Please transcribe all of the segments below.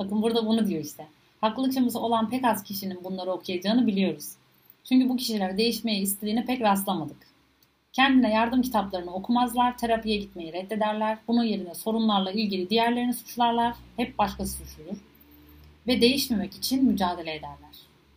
Bakın burada bunu diyor işte. Haklılık şeması olan pek az kişinin bunları okuyacağını biliyoruz. Çünkü bu kişiler değişmeye istediğine pek rastlamadık. Kendine yardım kitaplarını okumazlar, terapiye gitmeyi reddederler. Bunun yerine sorunlarla ilgili diğerlerini suçlarlar. Hep başkası suçludur. Ve değişmemek için mücadele ederler.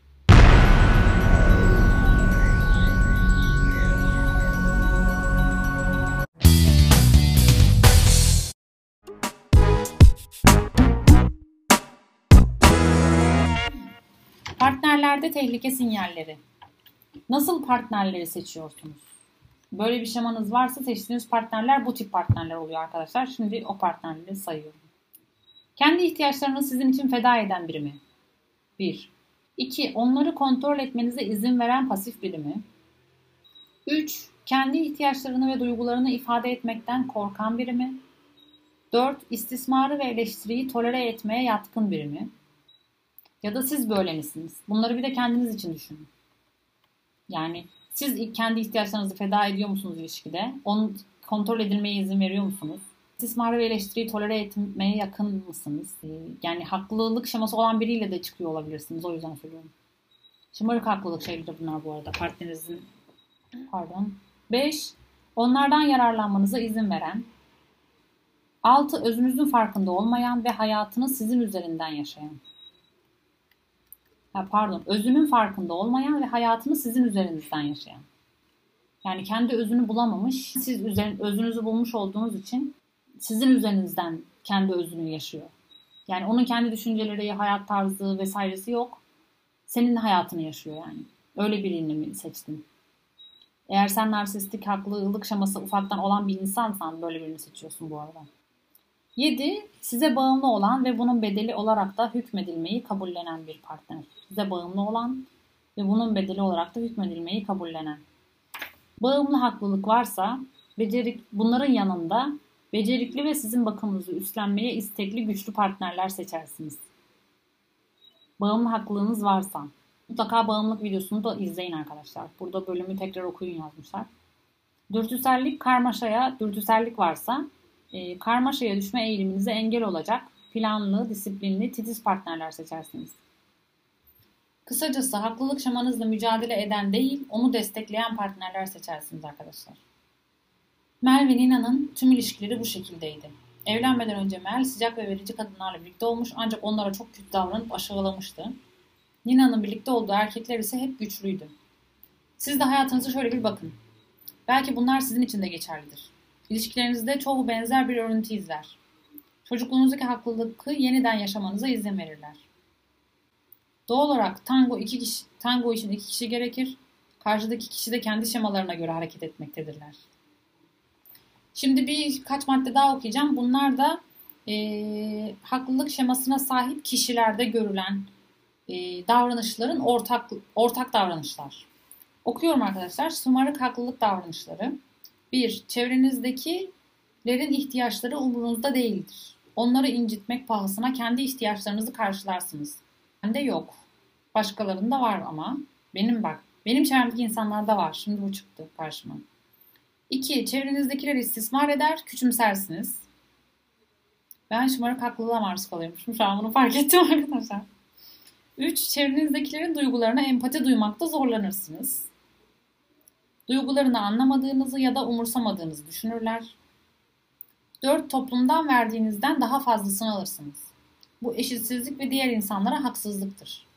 Partnerlerde tehlike sinyalleri. Nasıl partnerleri seçiyorsunuz? Böyle bir şemanız varsa seçtiğiniz partnerler bu tip partnerler oluyor arkadaşlar. Şimdi o partnerleri sayıyorum. Kendi ihtiyaçlarını sizin için feda eden biri mi? 1. 2. Onları kontrol etmenize izin veren pasif biri mi? 3. Kendi ihtiyaçlarını ve duygularını ifade etmekten korkan biri mi? 4. İstismarı ve eleştiriyi tolere etmeye yatkın biri mi? Ya da siz böyle misiniz? Bunları bir de kendiniz için düşünün. Yani siz kendi ihtiyaçlarınızı feda ediyor musunuz ilişkide? Onun kontrol edilmeye izin veriyor musunuz? İstismarı ve eleştiriyi tolere etmeye yakın mısınız? Yani haklılık şeması olan biriyle de çıkıyor olabilirsiniz. O yüzden söylüyorum. Şımarık haklılık şeyleri bunlar bu arada. Partnerinizin, pardon. 5. Onlardan yararlanmanıza izin veren. 6. Özünüzün farkında olmayan ve hayatını sizin üzerinden yaşayan. Özünün farkında olmayan ve hayatını sizin üzerinizden yaşayan. Yani kendi özünü bulamamış, siz özünüzü bulmuş olduğunuz için sizin üzerinizden kendi özünü yaşıyor. Yani onun kendi düşünceleri, hayat tarzı vesairesi yok. Senin hayatını yaşıyor yani. Öyle birini mi seçtin? Eğer sen narsistik haklılık şeması ufaktan olan bir insansan böyle birini seçiyorsun bu arada. 7. Size bağımlı olan ve bunun bedeli olarak da hükmedilmeyi kabullenen bir partner. Size bağımlı olan ve bunun bedeli olarak da hükmedilmeyi kabullenen. Bağımlı haklılık varsa bunların yanında becerikli ve sizin bakımınızı üstlenmeye istekli güçlü partnerler seçersiniz. Bağımlı haklılığınız varsa mutlaka bağımlılık videosunu da izleyin arkadaşlar. Burada bölümü tekrar okuyun yazmışlar. Dürtüsellik varsa karmaşaya düşme eğiliminize engel olacak planlı, disiplinli, titiz partnerler seçersiniz. Kısacası haklılık şemanızla mücadele eden değil, onu destekleyen partnerler seçersiniz arkadaşlar. Mel ve Nina'nın tüm ilişkileri bu şekildeydi. Evlenmeden önce Mel sıcak ve verici kadınlarla birlikte olmuş ancak onlara çok kötü davranıp aşağılamıştı. Nina'nın birlikte olduğu erkekler ise hep güçlüydü. Siz de hayatınıza şöyle bir bakın. Belki bunlar sizin için de geçerlidir. İlişkilerinizde çoğu benzer bir örüntü izler. Çocukluğunuzdaki haklılığı yeniden yaşamanıza izin verirler. Doğal olarak tango için 2 kişi gerekir. Karşıdaki kişi de kendi şemalarına göre hareket etmektedirler. Şimdi birkaç madde daha okuyacağım. Bunlar da haklılık şemasına sahip kişilerde görülen davranışların ortak davranışlar. Okuyorum arkadaşlar. Şımarık haklılık davranışları. 1. Çevrenizdekilerin ihtiyaçları umurunuzda değildir. Onları incitmek pahasına kendi ihtiyaçlarınızı karşılarsınız. Bende yok. Başkalarında var ama. Benim çevremdeki insanlarda var. Şimdi bu çıktı karşıma. 2. Çevrenizdekileri istismar eder, küçümsersiniz. Ben şımarık haklılığa maruz kalıyormuşum. Şu an bunu fark ettim arkadaşlar. 3. Çevrenizdekilerin duygularına empati duymakta zorlanırsınız. Duygularını anlamadığınızı ya da umursamadığınızı düşünürler. 4. Toplumdan verdiğinizden daha fazlasını alırsınız. Bu eşitsizlik ve diğer insanlara haksızlıktır.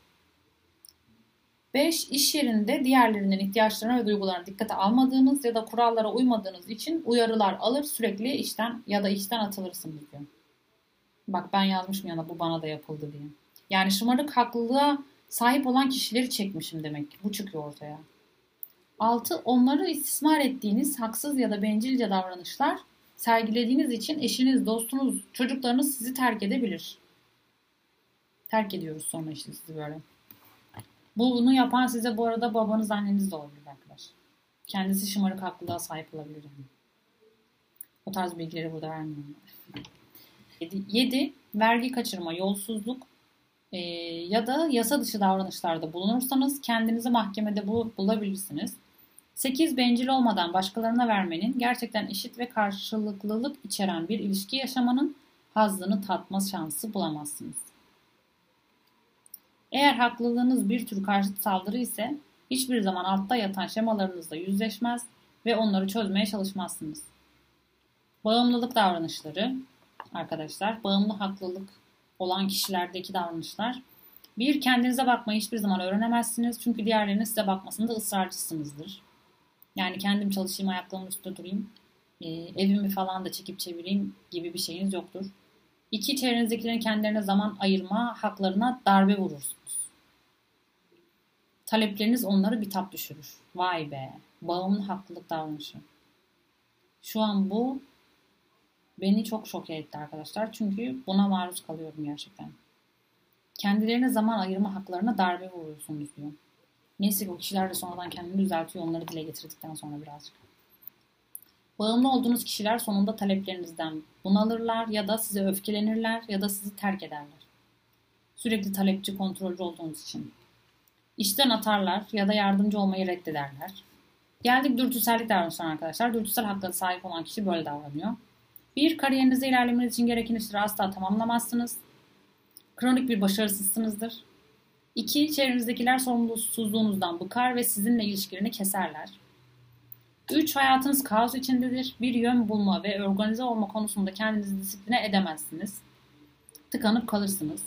5. İş yerinde diğerlerinin ihtiyaçlarına ve duygularına dikkate almadığınız ya da kurallara uymadığınız için uyarılar alır sürekli işten atılırsınız diyor. Bak ben yazmışım yana bu bana da yapıldı diye. Yani şımarık haklılığa sahip olan kişileri çekmişim demek ki. Bu çıkıyor ortaya. 6. Onları istismar ettiğiniz haksız ya da bencilce davranışlar sergilediğiniz için eşiniz, dostunuz, çocuklarınız sizi terk edebilir. Terk ediyoruz sonra işte sizi böyle. Bunu yapan size bu arada babanız, anneniz de olabilir arkadaşlar. Kendisi şımarık haklılığa sahip olabilir yani. O tarz bilgileri burada vermiyorum. 7. Vergi kaçırma, yolsuzluk ya da yasa dışı davranışlarda bulunursanız kendinizi mahkemede bulabilirsiniz. 8. Bencil olmadan başkalarına vermenin, gerçekten eşit ve karşılıklılık içeren bir ilişki yaşamanın hazzını tatma şansı bulamazsınız. Eğer haklılığınız bir tür karşıt saldırı ise hiçbir zaman altta yatan şemalarınızla yüzleşmez ve onları çözmeye çalışmazsınız. Bağımlılık davranışları arkadaşlar, bağımlı haklılık olan kişilerdeki davranışlar. Bir, kendinize bakmayı hiçbir zaman öğrenemezsiniz. Çünkü diğerlerinin size bakmasında ısrarcısınızdır. Yani kendim çalışayım, ayaklarımın üstünde durayım, evimi falan da çekip çevireyim gibi bir şeyiniz yoktur. İki, çevrenizdekilerin kendilerine zaman ayırma haklarına darbe vurursunuz. Talepleriniz onları bitap düşürür. Vay be, bağımlı haklılık davranışı. Şu an bu beni çok şok etti arkadaşlar. Çünkü buna maruz kalıyorum gerçekten. Kendilerine zaman ayırma haklarına darbe vuruyorsunuz diyor. Neyse ki o kişiler de sonradan kendini düzeltiyor. Onları dile getirdikten sonra birazcık. Bağımlı olduğunuz kişiler sonunda taleplerinizden bunalırlar ya da size öfkelenirler ya da sizi terk ederler. Sürekli talepçi, kontrolcü olduğunuz için. İşten atarlar ya da yardımcı olmayı reddederler. Geldik dürtüsellik davranışlarına arkadaşlar. Dürtüsel haklara sahip olan kişi böyle davranıyor. Bir, kariyerinizde ilerlemeniz için gereken işleri asla tamamlamazsınız. Kronik bir başarısızsınızdır. İki, çevrenizdekiler sorumsuzluğunuzdan bıkar ve sizinle ilişkilerini keserler. 3. Hayatınız kaos içindedir. Bir yön bulma ve organize olma konusunda kendinizi disipline edemezsiniz. Tıkanıp kalırsınız.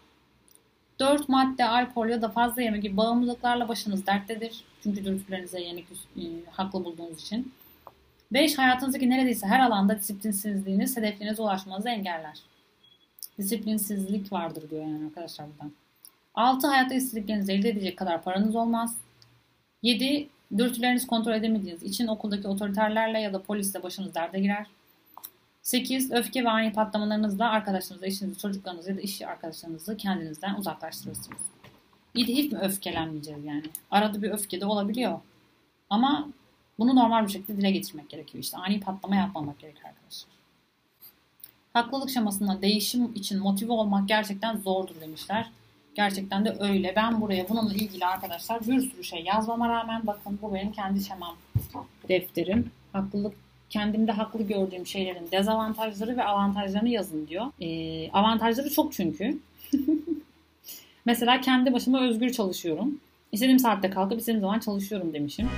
4. Madde, alkol ya da fazla yeme gibi bağımlılıklarla başınız derttedir. Çünkü dürtülerinize yenik haklı bulduğunuz için. 5. Hayatınızdaki neredeyse her alanda disiplinsizliğiniz hedeflerinize ulaşmanızı engeller. Disiplinsizlik vardır diyor yani arkadaşlar buradan. 6. Hayatta istediklerinizi elde edecek kadar paranız olmaz. 7. Dürtülerinizi kontrol edemediğiniz için okuldaki otoriterlerle ya da polisle başınız derde girer. 8. Öfke ve ani patlamalarınızla arkadaşlarınızı, eşinizi, çocuklarınızı ya da iş arkadaşlarınızı kendinizden uzaklaştırırsınız. İyi de hiç mi öfkelenmeyeceğiz yani? Arada bir öfke de olabiliyor. Ama bunu normal bir şekilde dile getirmek gerekiyor. İşte ani patlama yapmamak gerekiyor arkadaşlar. Haklılık şemasında değişim için motive olmak gerçekten zordur demişler. Gerçekten de öyle. Ben buraya bununla ilgili arkadaşlar bir sürü şey yazmama rağmen bakın bu benim kendi şemam defterim. Kendimde haklı gördüğüm şeylerin dezavantajları ve avantajlarını yazın diyor. Avantajları çok çünkü. Mesela kendi başıma özgür çalışıyorum. İstediğim saatte kalkıp istediğim zaman çalışıyorum demişim.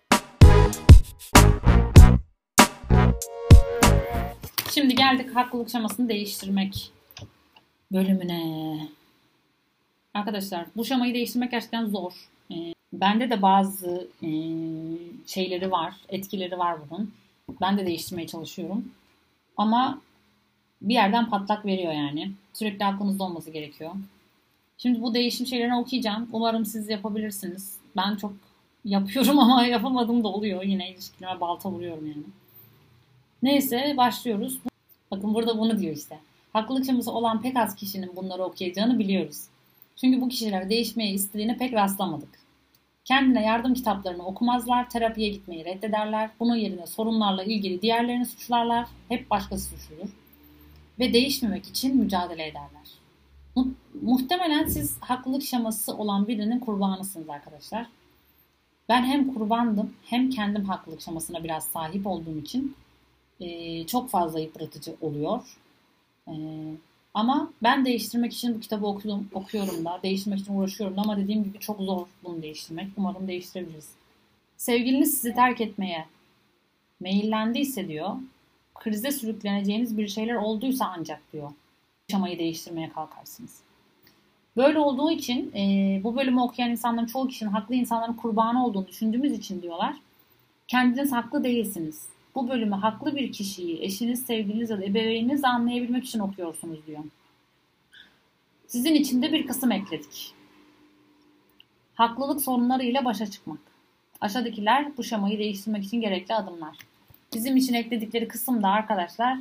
Şimdi geldik haklılık şemasını değiştirmek bölümüne. Arkadaşlar bu şemayı değiştirmek gerçekten zor. Bende de bazı şeyleri var, etkileri var bunun. Ben de değiştirmeye çalışıyorum. Ama bir yerden patlak veriyor yani. Sürekli aklınızda olması gerekiyor. Şimdi bu değişim şeylerini okuyacağım. Umarım siz yapabilirsiniz. Ben çok yapıyorum ama yapamadığım da oluyor. Yine ilişkilerime balta vuruyorum yani. Neyse başlıyoruz. Bakın burada bunu diyor işte. Haklılık şeması olan pek az kişinin bunları okuyacağını biliyoruz. Çünkü bu kişiler değişmeye istediğine pek rastlamadık. Kendine yardım kitaplarını okumazlar, terapiye gitmeyi reddederler. Bunun yerine sorunlarla ilgili diğerlerini suçlarlar. Hep başkası suçludur. Ve değişmemek için mücadele ederler. Muhtemelen siz haklılık şeması olan birinin kurbanısınız arkadaşlar. Ben hem kurbandım hem kendim haklılık şemasına biraz sahip olduğum için çok fazla yıpratıcı oluyor. Ama ben değiştirmek için bu kitabı okuyorum da, değiştirmek için uğraşıyorum da ama dediğim gibi çok zor bunu değiştirmek. Umarım değiştirebiliriz. Sevgiliniz sizi terk etmeye meyillendiyse diyor, krize sürükleneceğiniz bir şeyler olduysa ancak diyor, yaşamayı değiştirmeye kalkarsınız. Böyle olduğu için bu bölümü okuyan insanların çoğu kişinin haklı insanların kurbanı olduğunu düşündüğümüz için diyorlar, kendiniz haklı değilsiniz. Bu bölümü haklı bir kişiyi, eşiniz, sevgiliniz ya da ebeveyniniz anlayabilmek için okuyorsunuz diyor. Sizin için de bir kısım ekledik. Haklılık sorunlarıyla başa çıkmak. Aşağıdakiler bu şemayı değiştirmek için gerekli adımlar. Bizim için ekledikleri kısımda arkadaşlar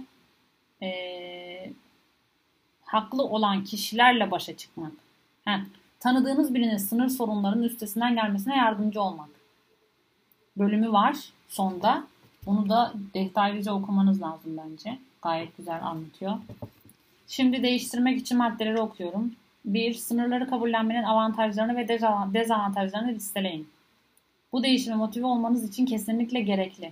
haklı olan kişilerle başa çıkmak. Tanıdığınız birinin sınır sorunlarının üstesinden gelmesine yardımcı olmak. Bölümü var sonda. Bunu da detaylıca okumanız lazım bence. Gayet güzel anlatıyor. Şimdi değiştirmek için maddeleri okuyorum. 1. Sınırları kabullenmenin avantajlarını ve dezavantajlarını listeleyin. Bu değişime motive olmanız için kesinlikle gerekli.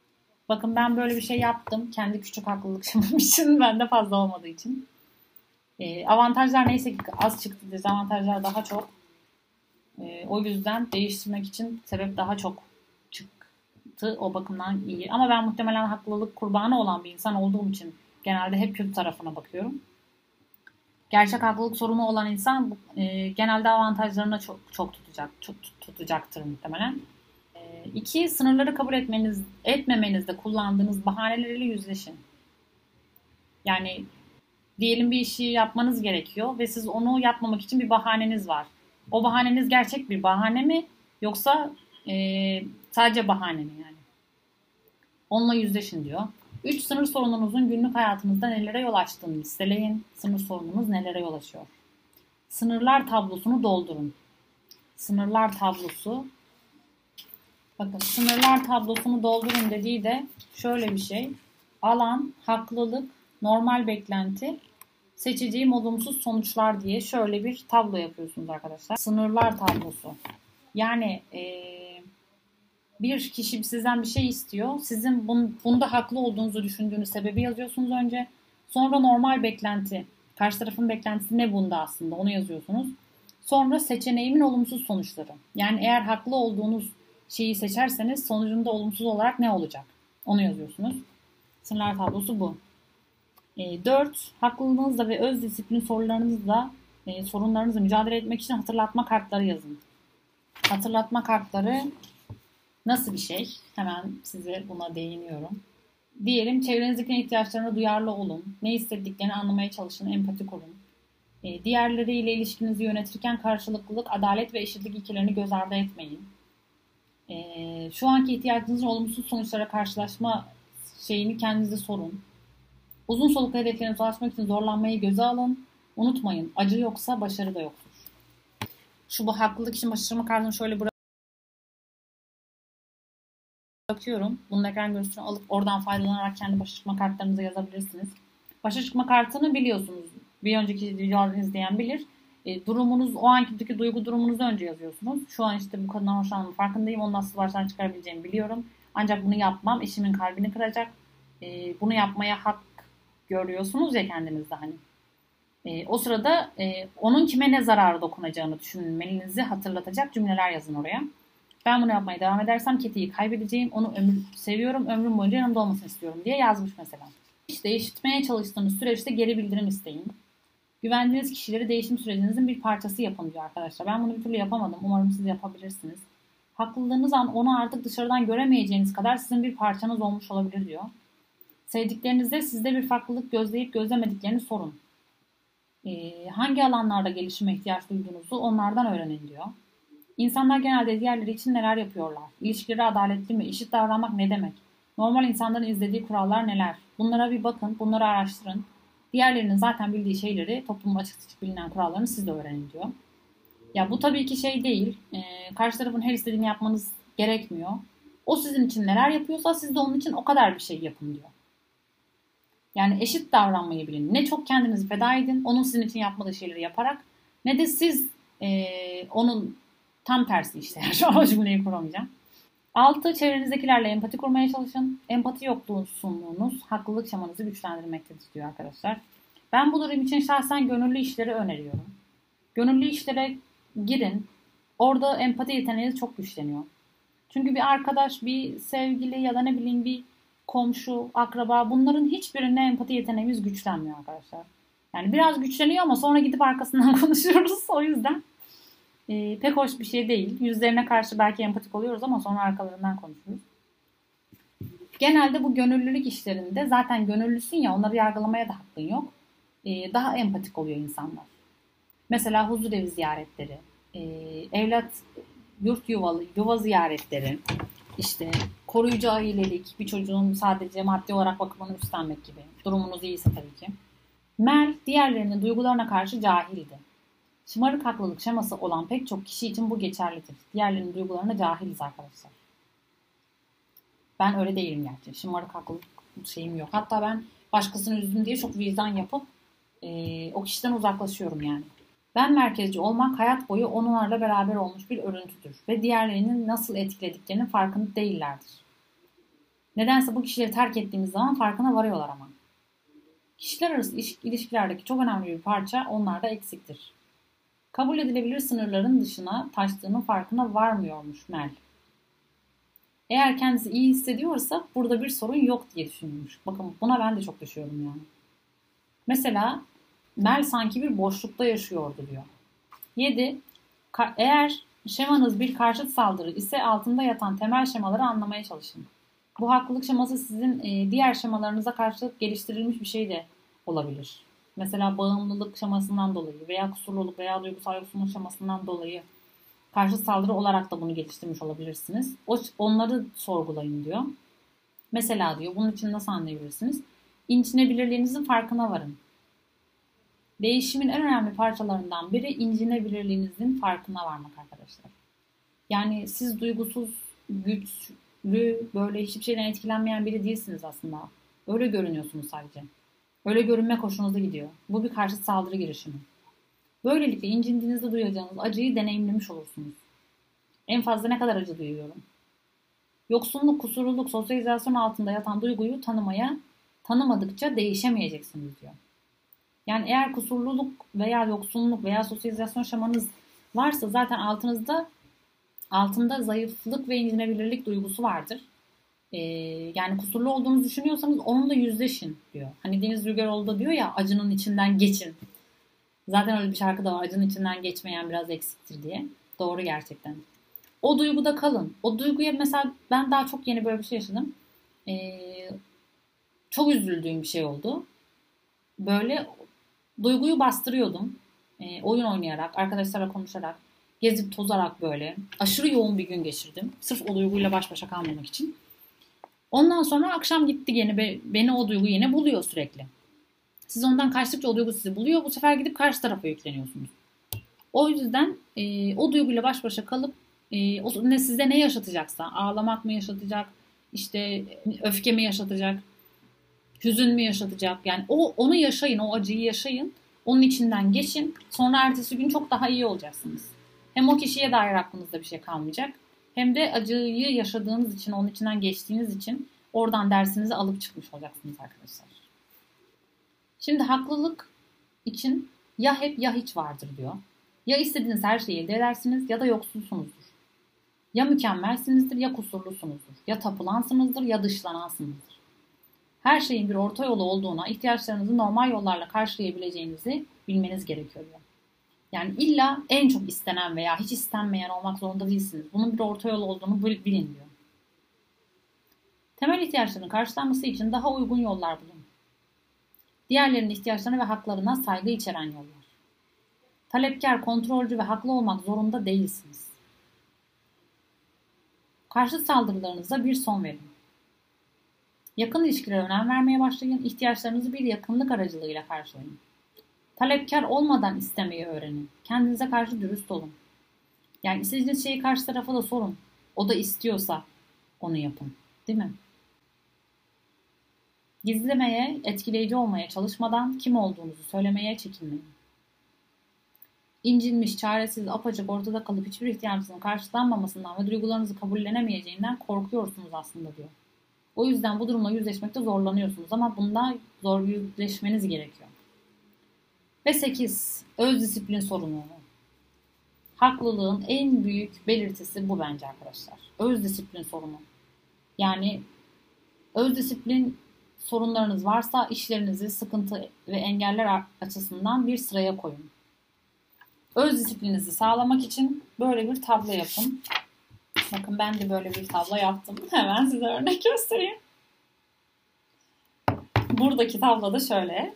Bakın ben böyle bir şey yaptım. Kendi küçük haklılık şemam için. Bende fazla olmadığı için. Avantajlar neyse ki az çıktı, dezavantajlar daha çok. O yüzden değiştirmek için sebep daha çok çıktı. O bakımdan iyi. Ama ben muhtemelen haklılık kurbanı olan bir insan olduğum için genelde hep kötü tarafına bakıyorum. Gerçek haklılık sorunu olan insan genelde avantajlarına çok tutacaktır muhtemelen. 2. Sınırları kabul etmemenizde kullandığınız bahanelerle yüzleşin. Yani diyelim bir işi yapmanız gerekiyor ve siz onu yapmamak için bir bahaneniz var. O bahaneniz gerçek bir bahane mi yoksa sadece bahane mi yani? Onunla yüzleşin diyor. 3. Sınır sorununuzun günlük hayatınızda nelere yol açtığını listeleyin. Sınır sorununuz nelere yol açıyor? Sınırlar tablosunu doldurun. Sınırlar tablosu. Bakın sınırlar tablosunu doldurun dediği de şöyle bir şey. Alan, haklılık, normal beklenti, seçeceğim olumsuz sonuçlar diye şöyle bir tablo yapıyorsunuz arkadaşlar. Sınırlar tablosu. Yani bir kişi sizden bir şey istiyor. Sizin bunda haklı olduğunuzu düşündüğünüz sebebi yazıyorsunuz önce. Sonra normal beklenti. Karşı tarafın beklentisi ne bunda aslında onu yazıyorsunuz. Sonra seçeneğimin olumsuz sonuçları. Yani eğer haklı olduğunuz şeyi seçerseniz sonucunda olumsuz olarak ne olacak? Onu yazıyorsunuz. Sınırlar tablosu bu. 4. Haklılığınızla ve öz disiplin sorunlarınızla mücadele etmek için hatırlatma kartları yazın. Hatırlatma kartları nasıl bir şey? Hemen size buna değiniyorum. Diyelim çevrenizdekilerin ihtiyaçlarına duyarlı olun. Ne istediklerini anlamaya çalışın, empati kurun. Diğerleriyle ilişkinizi yönetirken karşılıklılık, adalet ve eşitlik ilkelerini göz ardı etmeyin. Şu anki ihtiyacınızın olumsuz sonuçlara karşılaşma şeyini kendinize sorun. Uzun soluklu hedeflerinize ulaşmak için zorlanmayı göze alın. Unutmayın, acı yoksa başarı da yoktur. Bu haklılık için başarımı kartını şöyle bırakıyorum. Bunun ekran görüntüsünü alıp oradan faydalanarak kendi başa çıkma kartlarınıza yazabilirsiniz. Başa çıkma kartını biliyorsunuz. Bir önceki videoları izleyen bilir. Durumunuz, o ankideki duygu durumunuzu önce yazıyorsunuz. Şu an işte bu kadından hoşlanmam farkındayım. Onu nasıl baştan çıkarabileceğimi biliyorum. Ancak bunu yapmam eşimin kalbini kıracak. Bunu yapmaya hak görüyorsunuz ya kendinizde hani. O sırada onun kime ne zararı dokunacağını düşünmenizi hatırlatacak cümleler yazın oraya. Ben bunu yapmaya devam edersem Keti'yi kaybedeceğim. Onu seviyorum. Ömrüm boyunca yanımda olmasını istiyorum diye yazmış mesela. İşte değiştirmeye çalıştığınız süreçte geri bildirim isteyin. Güvendiğiniz kişileri değişim sürecinizin bir parçası yapın diyor arkadaşlar. Ben bunu bir türlü yapamadım. Umarım siz yapabilirsiniz. Haklılığınız an onu artık dışarıdan göremeyeceğiniz kadar sizin bir parçanız olmuş olabilir diyor. Sevdiklerinizde sizde bir farklılık gözleyip gözlemediklerini sorun. Hangi alanlarda gelişime ihtiyaç duyduğunuzu onlardan öğrenin diyor. İnsanlar genelde diğerleri için neler yapıyorlar? İlişkileri adaletli mi? Eşit davranmak ne demek? Normal insanların izlediği kurallar neler? Bunlara bir bakın, bunları araştırın. Diğerlerinin zaten bildiği şeyleri, toplumun açık bilinen kurallarını siz de öğrenin diyor. Ya bu tabii ki şey değil. Karşı tarafın her istediğini yapmanız gerekmiyor. O sizin için neler yapıyorsa siz de onun için o kadar bir şey yapın diyor. Yani eşit davranmayı bilin. Ne çok kendinizi feda edin, onun sizin için yapmadığı şeyleri yaparak, ne de siz onun tam tersi işte. Şu an o cümleyi kuramayacağım. 6. Çevrenizdekilerle empati kurmaya çalışın. Empati yoksunluğunuz haklılık şamanızı güçlendirmektedir diyor arkadaşlar. Ben bu durum için şahsen gönüllü işleri öneriyorum. Gönüllü işlere girin. Orada empati yeteneğiniz çok güçleniyor. Çünkü bir arkadaş, bir sevgili ya da ne bileyim bir komşu, akraba, bunların hiçbirine empati yeteneğimiz güçlenmiyor arkadaşlar. Yani biraz güçleniyor ama sonra gidip arkasından konuşuyoruz. O yüzden pek hoş bir şey değil. Yüzlerine karşı belki empatik oluyoruz ama sonra arkalarından konuşuyoruz. Genelde bu gönüllülük işlerinde zaten gönüllüsün ya, onları yargılamaya da hakkın yok. Daha empatik oluyor insanlar. Mesela huzurevi ziyaretleri, evlat yurt yuva ziyaretleri, işte koruyucu ailelik, bir çocuğun sadece maddi olarak bakımını üstlenmek gibi. Durumunuz iyiyse tabii ki. Mel diğerlerinin duygularına karşı cahildi. Şımarık haklılık şeması olan pek çok kişi için bu geçerlidir. Diğerlerinin duygularına cahiliz arkadaşlar. Ben öyle değilim gerçi. Şımarık haklılık şeyim yok. Hatta ben başkasını üzdüm diye çok vicdan yapıp o kişiden uzaklaşıyorum yani. Ben merkezci olmak hayat boyu onlarla beraber olmuş bir örüntüdür ve diğerlerinin nasıl etkilediklerinin farkında değillerdir. Nedense bu kişileri terk ettiğimiz zaman farkına varıyorlar ama. Kişiler arası ilişkilerdeki çok önemli bir parça onlarda eksiktir. Kabul edilebilir sınırların dışına taştığının farkına varmıyormuş Mel. Eğer kendisi iyi hissediyorsa burada bir sorun yok diye düşünüyormuş. Bakın buna ben de çok düşüyorum yani. Mesela Mel sanki bir boşlukta yaşıyordu diyor. 7. Eğer şemanız bir karşıt saldırı ise altında yatan temel şemaları anlamaya çalışın. Bu haklılık şeması sizin diğer şemalarınıza karşılık geliştirilmiş bir şey de olabilir. Mesela bağımlılık şemasından dolayı veya kusurluluk veya duygusal yoksunluk şemasından dolayı karşıt saldırı olarak da bunu geliştirmiş olabilirsiniz. Onları sorgulayın diyor. Mesela diyor bunun için nasıl anlayabilirsiniz? İncinebilirliğinizin farkına varın. Değişimin en önemli parçalarından biri incinebilirliğinizin farkına varmak arkadaşlar. Yani siz duygusuz, güçlü, böyle hiçbir şeyden etkilenmeyen biri değilsiniz aslında. Öyle görünüyorsunuz sadece. Öyle görünmek hoşunuza gidiyor. Bu bir karşıt saldırı girişimi. Böylelikle incindiğinizde duyacağınız acıyı deneyimlemiş olursunuz. En fazla ne kadar acı duyuyorum? Yoksunluk, kusurluluk, sosyalizasyon altında yatan duyguyu tanımadıkça değişemeyeceksiniz diyor. Yani eğer kusurluluk veya yoksunluk veya sosyalizasyon şemanız varsa zaten altında zayıflık ve incinebilirlik duygusu vardır. Yani kusurlu olduğunuzu düşünüyorsanız onunla yüzleşin diyor. Hani Deniz Rügeroğlu da diyor ya acının içinden geçin. Zaten öyle bir şarkı da var. Acının içinden geçmeyen biraz eksiktir diye. Doğru gerçekten. O duyguda kalın. O duyguya mesela ben daha çok yeni böyle bir şey yaşadım. Çok üzüldüğüm bir şey oldu. Böyle duyguyu bastırıyordum. Oyun oynayarak, arkadaşlarla konuşarak, gezip tozarak böyle. Aşırı yoğun bir gün geçirdim. Sırf o duyguyla baş başa kalmamak için. Ondan sonra akşam gitti gene beni o duygu yine buluyor sürekli. Siz ondan kaçtıkça o duygu sizi buluyor. Bu sefer gidip karşı tarafa yükleniyorsunuz. O yüzden o duyguyla baş başa kalıp sizde ne yaşatacaksa, ağlamak mı yaşatacak, işte öfke mi yaşatacak, hüzün mü yaşatacak? Yani onu yaşayın, o acıyı yaşayın. Onun içinden geçin. Sonra ertesi gün çok daha iyi olacaksınız. Hem o kişiye dair aklınızda bir şey kalmayacak. Hem de acıyı yaşadığınız için, onun içinden geçtiğiniz için oradan dersinizi alıp çıkmış olacaksınız arkadaşlar. Şimdi haklılık için ya hep ya hiç vardır diyor. Ya istediğiniz her şeyi elde edersiniz ya da yoksulsunuzdur. Ya mükemmelsinizdir ya kusurlusunuzdur. Ya tapılansınızdır ya dışlanansınızdır. Her şeyin bir orta yolu olduğuna, ihtiyaçlarınızı normal yollarla karşılayabileceğinizi bilmeniz gerekiyor diyor. Yani illa en çok istenen veya hiç istenmeyen olmak zorunda değilsiniz. Bunun bir orta yol olduğunu bilin diyor. Temel ihtiyaçların karşılanması için daha uygun yollar bulun. Diğerlerinin ihtiyaçlarına ve haklarına saygı içeren yollar. Talepkar, kontrolcü ve haklı olmak zorunda değilsiniz. Karşıt saldırılarınıza bir son verin. Yakın ilişkilere önem vermeye başlayın. İhtiyaçlarınızı bir yakınlık aracılığıyla karşılayın. Talepkar olmadan istemeyi öğrenin. Kendinize karşı dürüst olun. Yani istediğiniz şeyi karşı tarafa da sorun. O da istiyorsa onu yapın. Değil mi? Gizlemeye, etkileyici olmaya çalışmadan kim olduğunuzu söylemeye çekinmeyin. İncinmiş, çaresiz, apaçık ortada kalıp hiçbir ihtiyacınızın karşılanmamasından ve duygularınızı kabullenemeyeceğinden korkuyorsunuz aslında diyor. O yüzden bu durumla yüzleşmekte zorlanıyorsunuz ama bunda zor yüzleşmeniz gerekiyor. Ve 8. Öz disiplin sorunu. Haklılığın en büyük belirtisi bu bence arkadaşlar. Öz disiplin sorunu. Yani öz disiplin sorunlarınız varsa işlerinizi sıkıntı ve engeller açısından bir sıraya koyun. Öz disiplininizi sağlamak için böyle bir tablo yapın. Bakın ben de böyle bir tablo yaptım. Hemen size örnek göstereyim. Buradaki tabloda şöyle.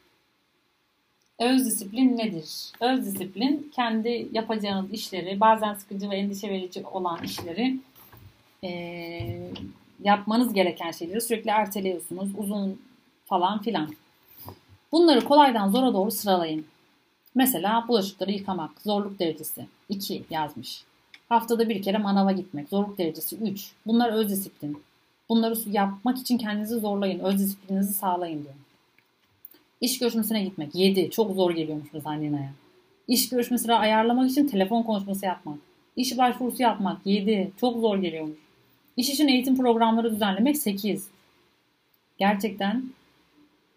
Öz disiplin nedir? Öz disiplin kendi yapacağınız işleri, bazen sıkıcı ve endişe verici olan işleri yapmanız gereken şeyleri sürekli erteliyorsunuz. Uzun falan filan. Bunları kolaydan zora doğru sıralayın. Mesela bulaşıkları yıkamak. Zorluk derecesi 2 yazmış. Haftada bir kere manava gitmek. Zorluk derecesi 3. Bunlar öz disiplin. Bunları yapmak için kendinizi zorlayın. Öz disiplininizi sağlayın diyor. İş görüşmesine gitmek. 7. Çok zor geliyormuş mesela Nina'ya. İş görüşmesini ayarlamak için telefon konuşması yapmak. İş başvurusu yapmak. 7. Çok zor geliyormuş. İş için eğitim programları düzenlemek. 8. Gerçekten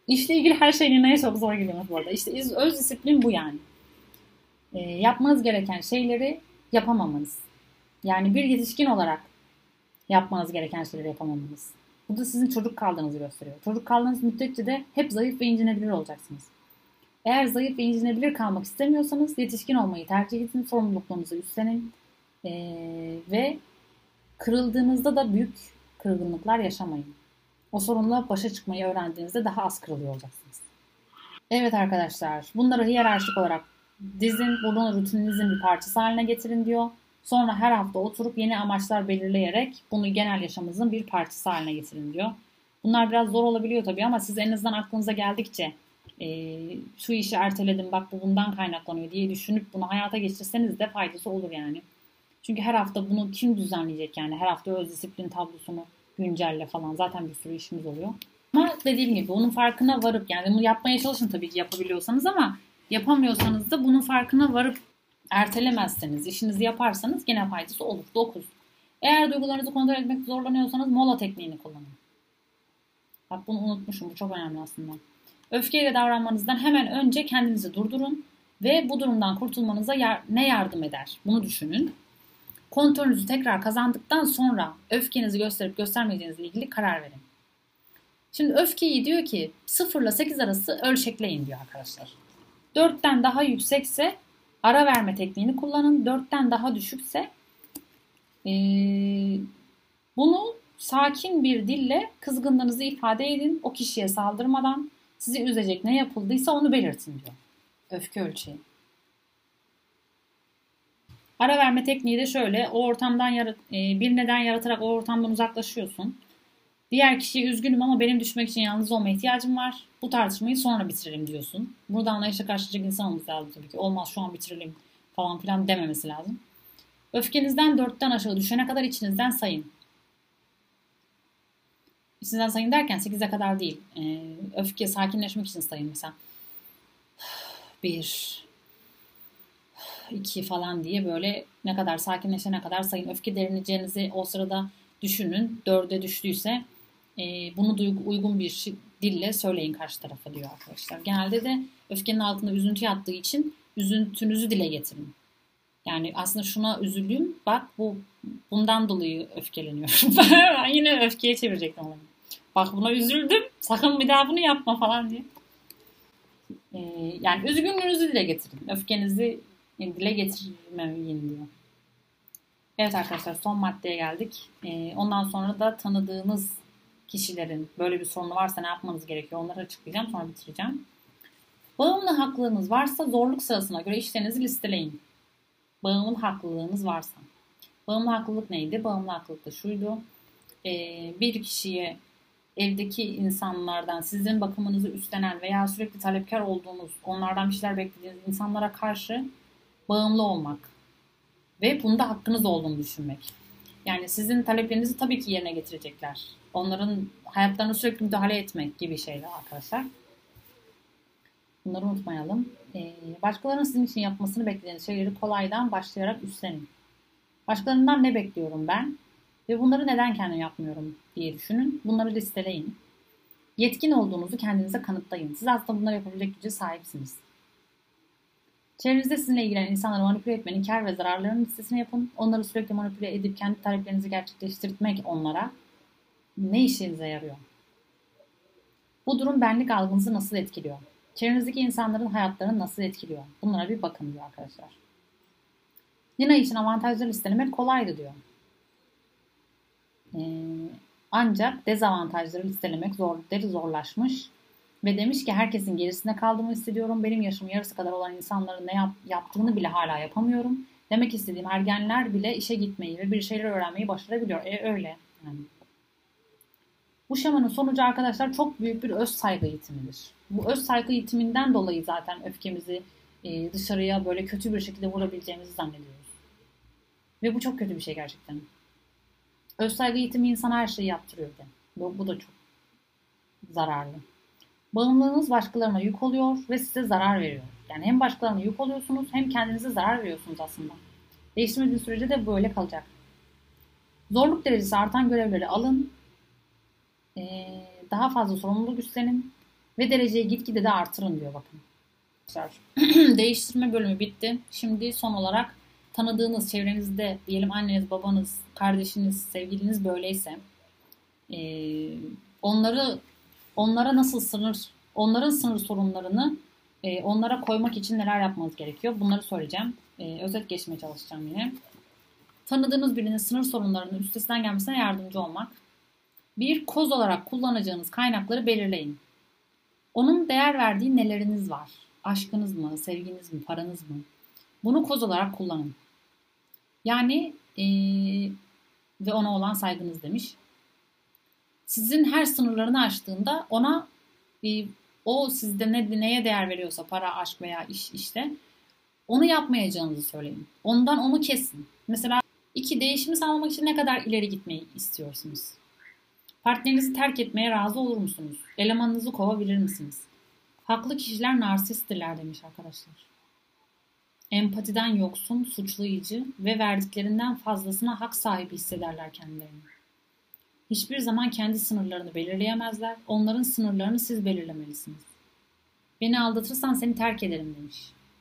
İşle ilgili her şey dinlemeye çok zor geliyor bu arada. İşte öz disiplin bu yani. Yapmanız gereken şeyleri yapamamanız. Yani bir yetişkin olarak yapmanız gereken şeyleri yapamamanız. Bu da sizin çocuk kaldığınızı gösteriyor. Çocuk kaldığınız müddetçe de hep zayıf ve incinebilir olacaksınız. Eğer zayıf ve incinebilir kalmak istemiyorsanız yetişkin olmayı tercih edin, sorumluluklarınızı üstlenin ve kırıldığınızda da büyük kırgınlıklar yaşamayın. O sorunla başa çıkmayı öğrendiğinizde daha az kırılıyor olacaksınız. Evet arkadaşlar, bunları hiyerarşik olarak dizin, bunu rutininizin bir parçası haline getirin diyor. Sonra her hafta oturup yeni amaçlar belirleyerek bunu genel yaşamınızın bir parçası haline getirin diyor. Bunlar biraz zor olabiliyor tabii ama siz en azından aklınıza geldikçe şu işi erteledim bak bu bundan kaynaklanıyor diye düşünüp bunu hayata geçirseniz de faydası olur yani. Çünkü her hafta bunu kim düzenleyecek yani her hafta öz disiplin tablosunu güncelle falan zaten bir sürü işimiz oluyor. Ama dediğim gibi bunun farkına varıp yani bunu yapmaya çalışın tabii ki yapabiliyorsanız ama yapamıyorsanız da bunun farkına varıp ertelemezseniz, işinizi yaparsanız gene faydası olur. 9. Eğer duygularınızı kontrol etmek zorlanıyorsanız mola tekniğini kullanın. Bak bunu unutmuşum. Bu çok önemli aslında. Öfkeyle davranmanızdan hemen önce kendinizi durdurun ve bu durumdan kurtulmanıza ne yardım eder? Bunu düşünün. Kontrolünüzü tekrar kazandıktan sonra öfkenizi gösterip göstermeyeceğinizle ilgili karar verin. Şimdi öfkeyi diyor ki 0 ile 8 arası ölçekleyin diyor arkadaşlar. 4'ten daha yüksekse ara verme tekniğini kullanın. 4'ten daha düşükse bunu sakin bir dille kızgınlığınızı ifade edin. O kişiye saldırmadan sizi üzecek ne yapıldıysa onu belirtin diyor. Öfke ölçeği. Ara verme tekniği de şöyle. O ortamdan bir neden yaratarak o ortamdan uzaklaşıyorsun. Diğer kişiye üzgünüm ama benim düşmek için yalnız olma ihtiyacım var. Bu tartışmayı sonra bitirelim diyorsun. Burada anlayışla karşılayacak insan olması lazım tabii ki. Olmaz şu an bitirelim falan filan dememesi lazım. Öfkenizden 4'ten aşağı düşene kadar içinizden sayın. İçinizden sayın derken 8'e kadar değil. Öfke sakinleşmek için sayın mesela. 1, 2 falan diye böyle ne kadar sakinleşene kadar sayın. Öfke derineceğinizi o sırada düşünün. 4'e düştüyse bunu uygun bir dille söyleyin karşı tarafa diyor arkadaşlar. Genelde de öfkenin altında üzüntü yattığı için üzüntünüzü dile getirin. Yani aslında şuna üzüldüm. Bak bundan dolayı öfkeleniyorum. Ben yine öfkeye çevirecektim onu. Bak buna üzüldüm. Sakın bir daha bunu yapma falan diye. Yani üzgünlüğünüzü dile getirin. Öfkenizi dile getirmeyin diyor. Evet arkadaşlar son maddeye geldik. Ondan sonra da tanıdığımız kişilerin böyle bir sorunu varsa ne yapmanız gerekiyor onları açıklayacağım sonra bitireceğim. Bağımlı haklılığınız varsa zorluk sırasına göre işlerinizi listeleyin. Bağımlı haklılığınız varsa. Bağımlı haklılık neydi? Bağımlı haklılık da şuydu. Bir kişiye evdeki insanlardan sizin bakımınızı üstlenen veya sürekli talepkar olduğunuz, onlardan bir şeyler beklediğiniz insanlara karşı bağımlı olmak. Ve bunda hakkınız olduğunu düşünmek. Yani sizin taleplerinizi tabii ki yerine getirecekler. Onların hayatlarına sürekli müdahale etmek gibi şeyler arkadaşlar. Bunları unutmayalım. Başkalarının sizin için yapmasını beklediğiniz şeyleri kolaydan başlayarak üstlenin. Başkalarından ne bekliyorum ben? Ve bunları neden kendim yapmıyorum diye düşünün. Bunları listeleyin. Yetkin olduğunuzu kendinize kanıtlayın. Siz aslında bunları yapabilecek güce sahipsiniz. Çevrenizde sizinle ilgilenen insanları manipüle etmenin kar ve zararlarının listesini yapın. Onları sürekli manipüle edip kendi taleplerinizi gerçekleştirmek onlara ne işinize yarıyor? Bu durum benlik algınızı nasıl etkiliyor? Çevrenizdeki insanların hayatlarını nasıl etkiliyor? Bunlara bir bakın diyor arkadaşlar. Nina için avantajları listelemek kolaydı diyor. Ancak dezavantajları listelemek zorlaşmış. Ve demiş ki herkesin gerisinde kaldığımı hissediyorum. Benim yaşım yarısı kadar olan insanların ne yaptığını bile hala yapamıyorum. Demek istediğim ergenler bile işe gitmeyi ve bir şeyler öğrenmeyi başarabiliyor. Öyle. Yani. Bu şemanın sonucu arkadaşlar çok büyük bir öz saygı eğitimidir. Bu öz saygı eğitiminden dolayı zaten öfkemizi dışarıya böyle kötü bir şekilde vurabileceğimizi zannediyoruz. Ve bu çok kötü bir şey gerçekten. Öz saygı eğitimi insana her şeyi yaptırıyor. Bu da çok zararlı. Bağımlılığınız başkalarına yük oluyor ve size zarar veriyor. Yani hem başkalarına yük oluyorsunuz hem kendinize zarar veriyorsunuz aslında. Değiştirmediğiniz sürece de böyle kalacak. Zorluk derecesi artan görevleri alın. Daha fazla sorumluluk üstlenin Ve dereceyi gitgide de artırın diyor bakın. Değiştirme bölümü bitti. Şimdi son olarak tanıdığınız çevrenizde diyelim anneniz, babanız, kardeşiniz, sevgiliniz böyleyse onlara nasıl onların sınır sorunlarını onlara koymak için neler yapmanız gerekiyor? Bunları söyleyeceğim. Özet geçmeye çalışacağım yine. Tanıdığınız birinin sınır sorunlarının üstesinden gelmesine yardımcı olmak. Bir koz olarak kullanacağınız kaynakları belirleyin. Onun değer verdiği neleriniz var? Aşkınız mı, sevginiz mi, paranız mı? Bunu koz olarak kullanın. Yani ve ona olan saygınız demiş. Sizin her sınırlarını aştığında ona o sizde neye değer veriyorsa para, aşk veya iş işte onu yapmayacağınızı söyleyin. Ondan onu kesin. Mesela değişimi sağlamak için ne kadar ileri gitmeyi istiyorsunuz? Partnerinizi terk etmeye razı olur musunuz? Elemanınızı kovabilir misiniz? Haklı kişiler narsisttirler demiş arkadaşlar. Empatiden yoksun, suçlayıcı ve verdiklerinden fazlasına hak sahibi hissederler kendilerini. Hiçbir zaman kendi sınırlarını belirleyemezler. Onların sınırlarını siz belirlemelisiniz. Beni aldatırsan seni terk ederim demiş.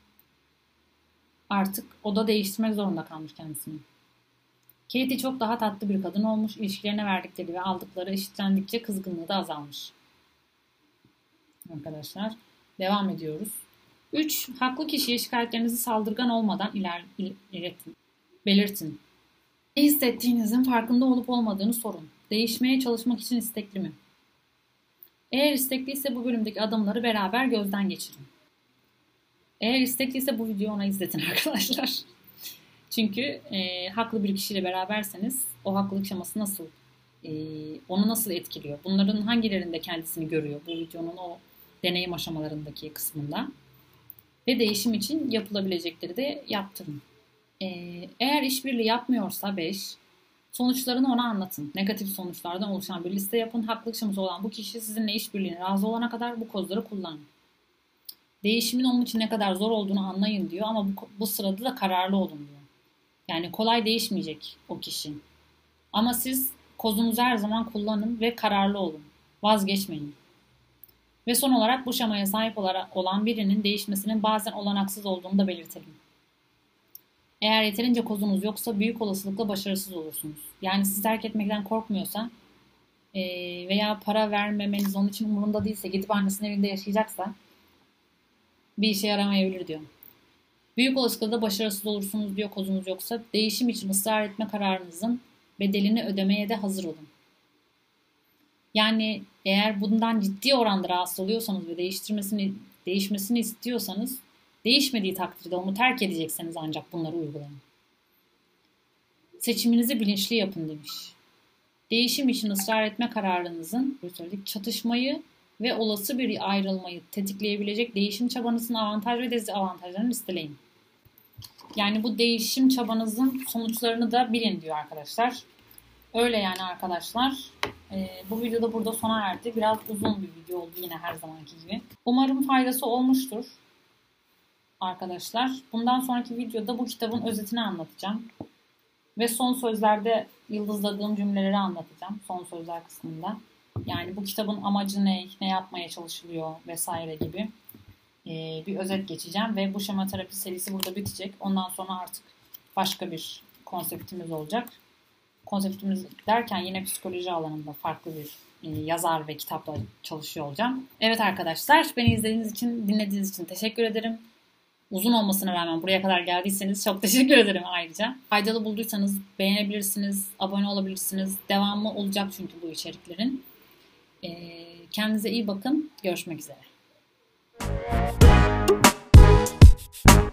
Artık o da değiştirmek zorunda kalmış kendisini. Katie çok daha tatlı bir kadın olmuş. İlişkilerine verdikleri ve aldıkları eşitlendikçe kızgınlığı da azalmış. Arkadaşlar devam ediyoruz. 3. Haklı kişiye şikayetlerinizi saldırgan olmadan belirtin. Ne hissettiğinizin farkında olup olmadığını sorun. Değişmeye çalışmak için istekli mi? Eğer istekliyse bu bölümdeki adımları beraber gözden geçirin. Eğer istekliyse bu videoyu ona izletin arkadaşlar. Çünkü haklı bir kişiyle beraberseniz o haklılık şeması onu nasıl etkiliyor? Bunların hangilerinde kendisini görüyor bu videonun o deneyim aşamalarındaki kısmında? Ve değişim için yapılabilecekleri de yaptırın. Eğer işbirliği yapmıyorsa 5, sonuçlarını ona anlatın. Negatif sonuçlardan oluşan bir liste yapın. Haklılık şeması olan bu kişi sizinle işbirliğine razı olana kadar bu kozları kullanın. Değişimin onun için ne kadar zor olduğunu anlayın diyor ama bu sırada da kararlı olun diyor. Yani kolay değişmeyecek o kişi. Ama siz kozunuzu her zaman kullanın ve kararlı olun. Vazgeçmeyin. Ve son olarak bu şemaya sahip olan birinin değişmesinin bazen olanaksız olduğunu da belirtelim. Eğer yeterince kozunuz yoksa büyük olasılıkla başarısız olursunuz. Yani sizi terk etmekten korkmuyorsa veya para vermemeniz onun için umurunda değilse, gidip annesinin evinde yaşayacaksa bir işe yaramayabilir diyor. Büyük olasılıkla da başarısız olursunuz diyor kozunuz yoksa. Değişim için ısrar etme kararınızın bedelini ödemeye de hazır olun. Yani eğer bundan ciddi oranda rahatsız oluyorsanız ve değişmesini istiyorsanız, değişmediği takdirde onu terk edecekseniz ancak bunları uygulayın. Seçiminizi bilinçli yapın demiş. Değişim için ısrar etme kararınızın çatışmayı ve olası bir ayrılmayı tetikleyebilecek değişim çabanızın avantaj ve dezavantajlarını listeleyin. Yani bu değişim çabanızın sonuçlarını da bilin diyor arkadaşlar. Öyle yani arkadaşlar. Bu video da burada sona erdi. Biraz uzun bir video oldu yine her zamanki gibi. Umarım faydası olmuştur arkadaşlar. Bundan sonraki videoda bu kitabın özetini anlatacağım. Ve son sözlerde yıldızladığım cümleleri anlatacağım. Son sözler kısmında. Yani bu kitabın amacı ne yapmaya çalışılıyor vesaire gibi bir özet geçeceğim. Ve bu şema terapi serisi burada bitecek. Ondan sonra artık başka bir konseptimiz olacak. Konseptimiz derken yine psikoloji alanında farklı bir yazar ve kitapla çalışıyor olacağım. Evet arkadaşlar, beni izlediğiniz için, dinlediğiniz için teşekkür ederim. Uzun olmasına rağmen buraya kadar geldiyseniz çok teşekkür ederim ayrıca. Faydalı bulduysanız beğenebilirsiniz, abone olabilirsiniz. Devamı olacak çünkü bu içeriklerin. Kendinize iyi bakın. Görüşmek üzere.